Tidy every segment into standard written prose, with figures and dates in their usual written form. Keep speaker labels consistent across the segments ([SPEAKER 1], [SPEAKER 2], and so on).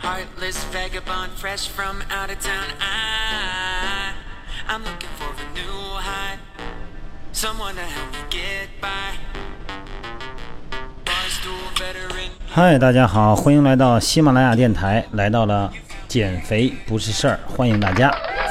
[SPEAKER 1] heartless vagabond fresh from out of town. I'm looking for a new high, someone to help me get by. Barstool veteran.
[SPEAKER 2] 嗨，大家好，欢迎来到喜马拉雅电台，来到了减肥不是事儿，欢迎大家。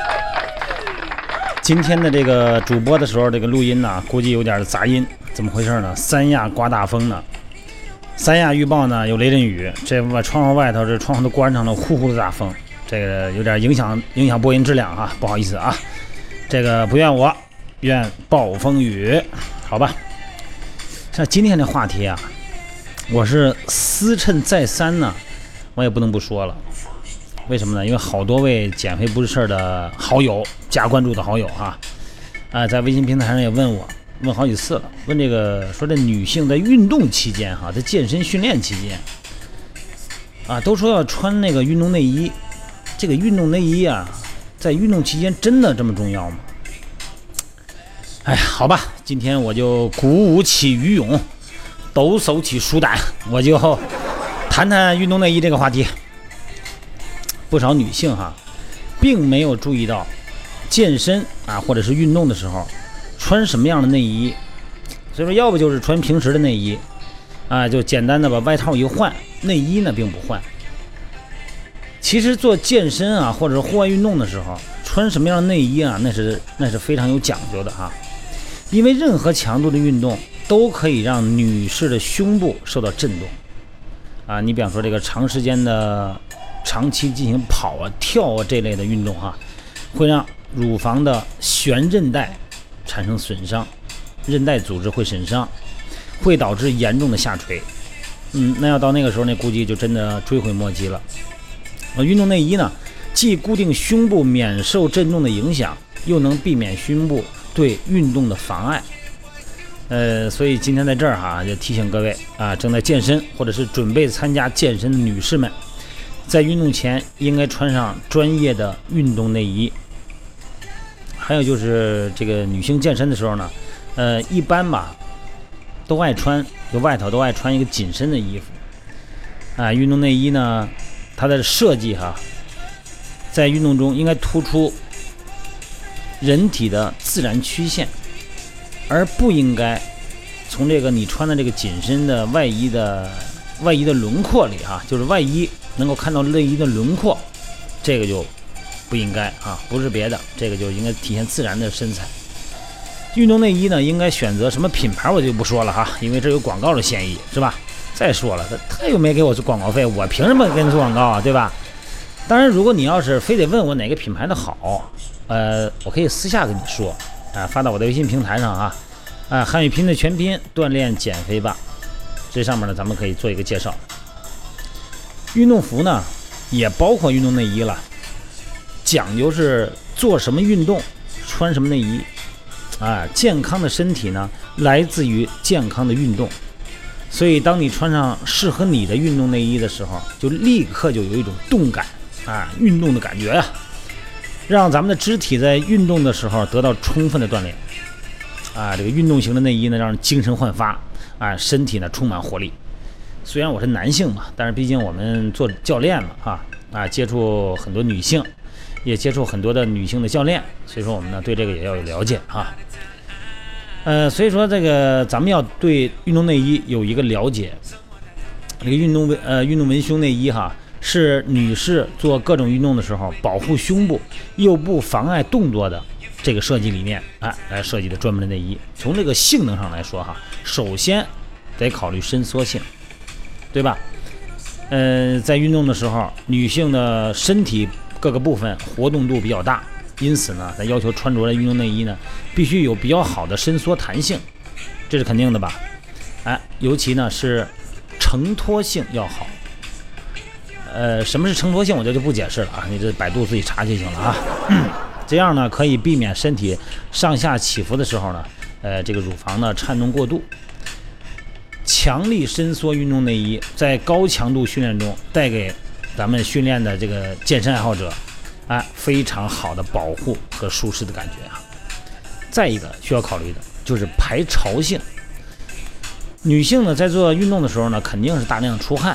[SPEAKER 2] 今天的这个主播的时候，这个录音呢，估计有点杂音，怎么回事呢？三亚刮大风呢，三亚预报呢有雷阵雨，这窗户外头这窗户都关上了，呼呼的大风，这个有点影响播音质量啊，不好意思啊，这个不怨我，怨暴风雨，好吧。像今天的话题啊，我是思忖再三呢，我也不能不说了。为什么呢？因为好多位减肥不是事儿的好友加关注的好友哈，在微信平台上也问好几次了，问这个说这女性在运动期间哈，在健身训练期间啊，都说要穿那个运动内衣，这个运动内衣啊，在运动期间真的这么重要吗？哎，好吧，今天我就鼓舞起余勇，抖擞起鼠胆，我就谈谈运动内衣这个话题。不少女性哈，并没有注意到健身啊或者是运动的时候穿什么样的内衣，所以说要不就是穿平时的内衣啊，就简单的把外套一换，内衣呢并不换。其实做健身啊或者是户外运动的时候，穿什么样的内衣啊，那是非常有讲究的哈，因为任何强度的运动都可以让女士的胸部受到震动啊。你比方说这个长期进行跑啊、跳啊这类的运动哈，会让乳房的悬韧带产生损伤，韧带组织会损伤，会导致严重的下垂。那要到那个时候，那估计就真的追悔莫及了。运动内衣呢，既固定胸部免受震动的影响，又能避免胸部对运动的妨碍。所以今天在这儿哈，就提醒各位啊，正在健身或者是准备参加健身的女士们，在运动前应该穿上专业的运动内衣。还有就是这个女性健身的时候呢，一般吧都爱穿，就外头都爱穿一个紧身的衣服啊。运动内衣呢，它的设计哈，在运动中应该突出人体的自然曲线，而不应该从这个你穿的这个紧身的外衣的轮廓里哈，就是外衣能够看到内衣的轮廓，这个就不应该啊，不是别的，这个就应该体现自然的身材。运动内衣呢，应该选择什么品牌我就不说了哈，因为这有广告的嫌疑，是吧？再说了，他又没给我做广告费，我凭什么给你做广告啊，对吧？当然，如果你要是非得问我哪个品牌的好，我可以私下跟你说啊，发到我的微信平台上啊，汉语拼的全拼锻炼减肥吧，这上面呢咱们可以做一个介绍。运动服呢也包括运动内衣了，讲究是做什么运动穿什么内衣啊。健康的身体呢来自于健康的运动，所以当你穿上适合你的运动内衣的时候，就立刻就有一种动感啊，运动的感觉啊，让咱们的肢体在运动的时候得到充分的锻炼啊。这个运动型的内衣呢，让人精神焕发啊，身体呢充满活力。虽然我是男性嘛，但是毕竟我们做教练嘛接触很多女性，也接触很多的女性的教练，所以说我们呢对这个也要有了解啊。所以说这个咱们要对运动内衣有一个了解。这个运动文胸内衣哈，是女士做各种运动的时候保护胸部又不妨碍动作的这个设计理念来设计的专门的内衣。从这个性能上来说哈，首先得考虑伸缩性，对吧？在运动的时候，女性的身体各个部分活动度比较大，因此呢，咱要求穿着的运动内衣呢，必须有比较好的伸缩弹性，这是肯定的吧？尤其呢是承托性要好。什么是承托性，我就不解释了啊，你这百度自己查就行了啊。这样呢，可以避免身体上下起伏的时候呢，这个乳房呢颤动过度。强力伸缩运动内衣在高强度训练中带给咱们训练的这个健身爱好者非常好的保护和舒适的感觉啊。再一个需要考虑的就是排潮性。女性呢在做运动的时候呢，肯定是大量出汗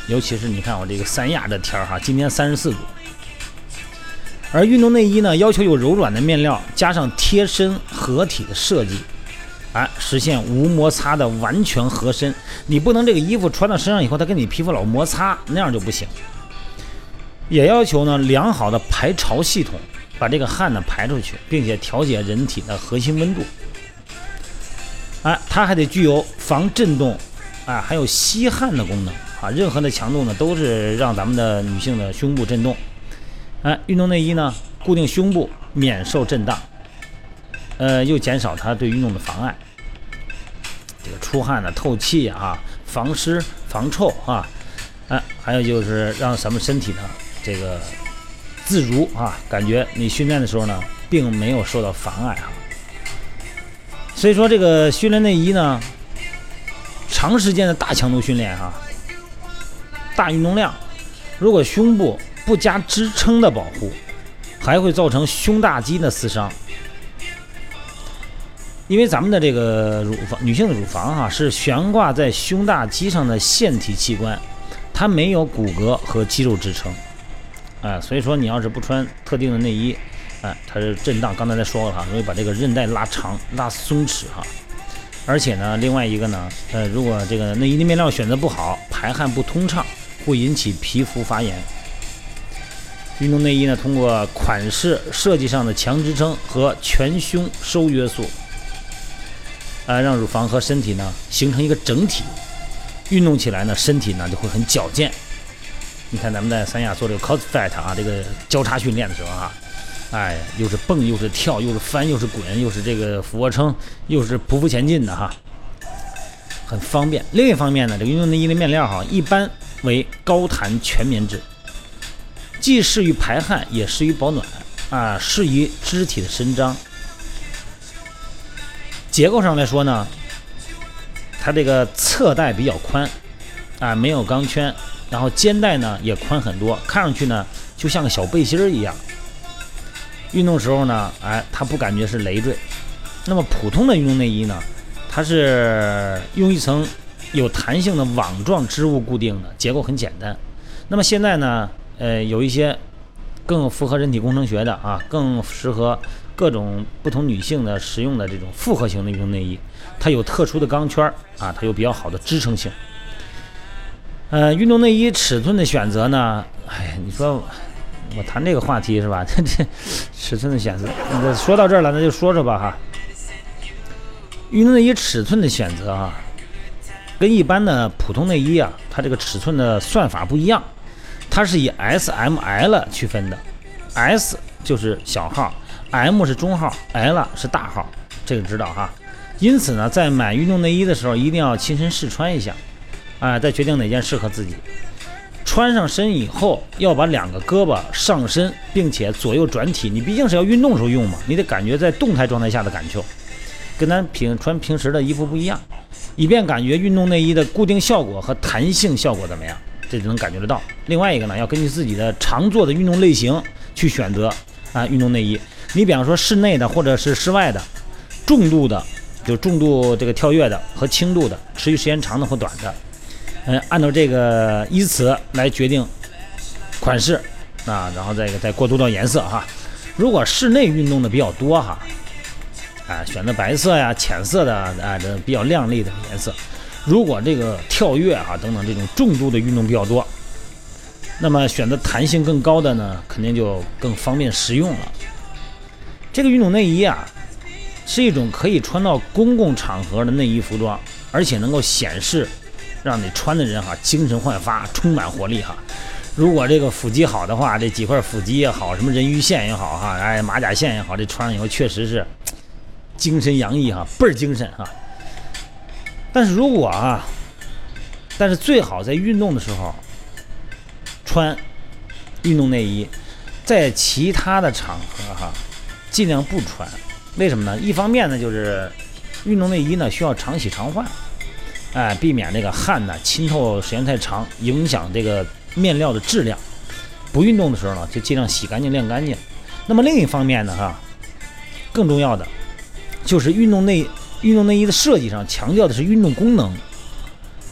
[SPEAKER 2] 尤其是你看我这个三亚这天哈，今天34度。而运动内衣呢，要求有柔软的面料，加上贴身合体的设计，实现无摩擦的完全合身。你不能这个衣服穿到身上以后，它跟你皮肤老摩擦，那样就不行。也要求呢良好的排潮系统，把这个汗呢排出去，并且调节人体的核心温度。它还得具有防震动，还有吸汗的功能任何的强度呢都是让咱们的女性的胸部震动。运动内衣呢固定胸部免受震荡，又减少它对运动的妨碍。这个出汗呢透气防湿防臭还有就是让咱们身体呢这个自如感觉你训练的时候呢并没有受到妨碍所以说这个训练内衣呢，长时间的大强度训练大运动量，如果胸部不加支撑的保护，还会造成胸大肌的撕伤。因为咱们的这个女性的乳房是悬挂在胸大肌上的腺体器官，它没有骨骼和肌肉支撑所以说你要是不穿特定的内衣它是震荡，刚才说了容易把这个韧带拉长拉松弛而且呢另外一个呢如果这个内衣的面料选择不好，排汗不通畅，会引起皮肤发炎。运动内衣呢通过款式设计上的强支撑和全胸收约束让乳房和身体呢形成一个整体，运动起来呢身体呢就会很矫健。你看咱们在三亚做这个 CrossFit 这个交叉训练的时候又是蹦又是跳又是翻又是滚又是这个俯卧撑又是匍匐前进的很方便。另一方面呢，这个运动内衣的面料一般为高弹全棉质，既适于排汗也适于保暖适宜肢体的伸张。结构上来说呢，它这个侧带比较宽没有钢圈，然后肩带呢也宽很多，看上去呢就像个小背心一样。运动时候呢它不感觉是累赘。那么普通的运动内衣呢，它是用一层有弹性的网状织物固定的，结构很简单。那么现在呢有一些更符合人体工程学的更适合各种不同女性的使用的这种复合型的运动内衣，它有特殊的钢圈它有比较好的支撑性。运动内衣尺寸的选择呢，你说我谈这个话题是吧？这尺寸的选择，说到这儿了，那就说说吧运动内衣尺寸的选择跟一般的普通内衣它这个尺寸的算法不一样，它是以 S、M、L 区分的。S 就是小号， M 是中号， L 是大号，这个知道因此呢，在买运动内衣的时候，一定要亲身试穿一下再决定哪件适合自己。穿上身以后，要把两个胳膊上身，并且左右转体。你毕竟是要运动时候用嘛，你得感觉在动态状态下的感受，跟咱穿平时的衣服不一样，以便感觉运动内衣的固定效果和弹性效果怎么样，这就能感觉得到。另外一个呢，要根据自己的常做的运动类型去选择运动内衣。你比方说室内的或者是室外的，重度的就重度这个跳跃的和轻度的，持续时间长的或短的。按照这个依词来决定款式然后再过渡到颜色如果室内运动的比较多选择白色浅色的这比较亮丽的颜色。如果这个跳跃等等这种重度的运动比较多，那么选择弹性更高的呢，肯定就更方便实用了。这个运动内衣是一种可以穿到公共场合的内衣服装，而且能够显示让你穿的人精神焕发，充满活力如果这个腹肌好的话，这几块腹肌也好，什么人鱼线也好马甲线也好，这穿上以后确实是精神洋溢倍儿精神但是如果但是最好在运动的时候穿运动内衣，在其他的场合尽量不穿。为什么呢？一方面呢，就是运动内衣呢需要常洗常换避免这个汗浸透时间太长，影响这个面料的质量。不运动的时候呢，就尽量洗干净晾干净。那么另一方面呢更重要的就是运动内衣的设计上强调的是运动功能。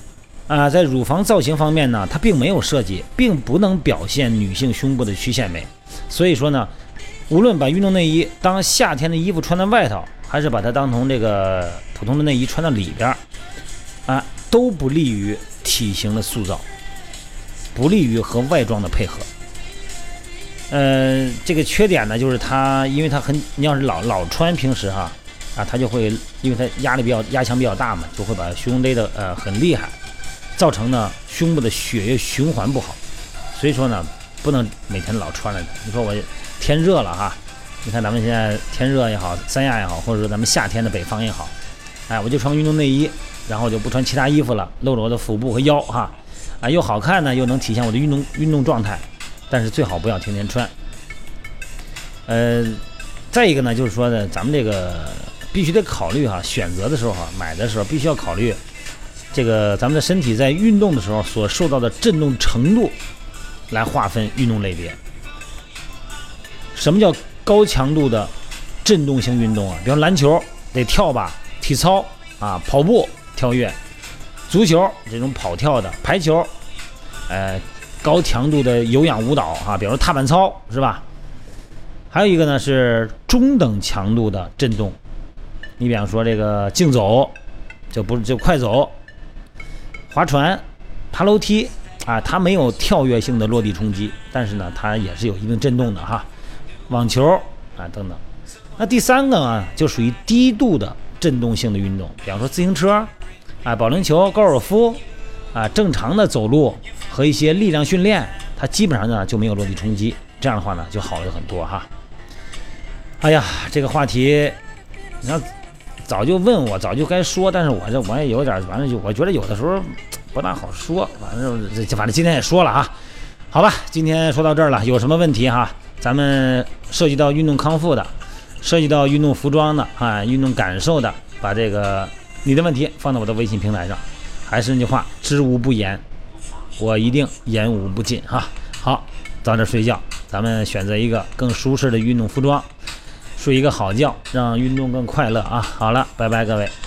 [SPEAKER 2] 在乳房造型方面呢，它并没有设计，并不能表现女性胸部的曲线美。所以说呢，无论把运动内衣当夏天的衣服穿在外头，还是把它当成这个普通的内衣穿到里边，都不利于体型的塑造，不利于和外装的配合。这个缺点呢，就是它，因为它你要是老穿，平时它就会，因为它压强比较大嘛，就会把胸勒得很厉害，造成呢胸部的血液循环不好。所以说呢，不能每天老穿着。你说我天热了你看咱们现在天热也好，三亚也好，或者说咱们夏天的北方也好，我就穿个运动内衣，然后就不穿其他衣服了，露着我的腹部和腰又好看呢，又能体现我的运动状态。但是最好不要天天穿。再一个呢，就是说呢，咱们这个必须得考虑选择的时候买的时候必须要考虑这个咱们的身体在运动的时候所受到的震动程度，来划分运动类别。什么叫高强度的震动性运动比方篮球得跳吧，体操跑步跳跃，足球这种跑跳的，排球高强度的有氧舞蹈比如踏板操是吧？还有一个呢是中等强度的震动，你比方说这个竞走，就快走，划船，爬楼梯它没有跳跃性的落地冲击，但是呢它也是有一定震动的网球等等。那第三个就属于低度的震动性的运动，比方说自行车保龄球、高尔夫正常的走路和一些力量训练，它基本上呢就没有落地冲击，这样的话呢就好了很多哎呀，这个话题你要早就问我，早就该说，但是我也有点，反正我觉得有的时候不大好说，反正今天也说了好吧，今天说到这儿了，有什么问题咱们涉及到运动康复的，涉及到运动服装的运动感受的，把这个你的问题放到我的微信平台上。还是那句话，知无不言，我一定言无不尽好，早点睡觉，咱们选择一个更舒适的运动服装，睡一个好觉，让运动更快乐好了，拜拜各位。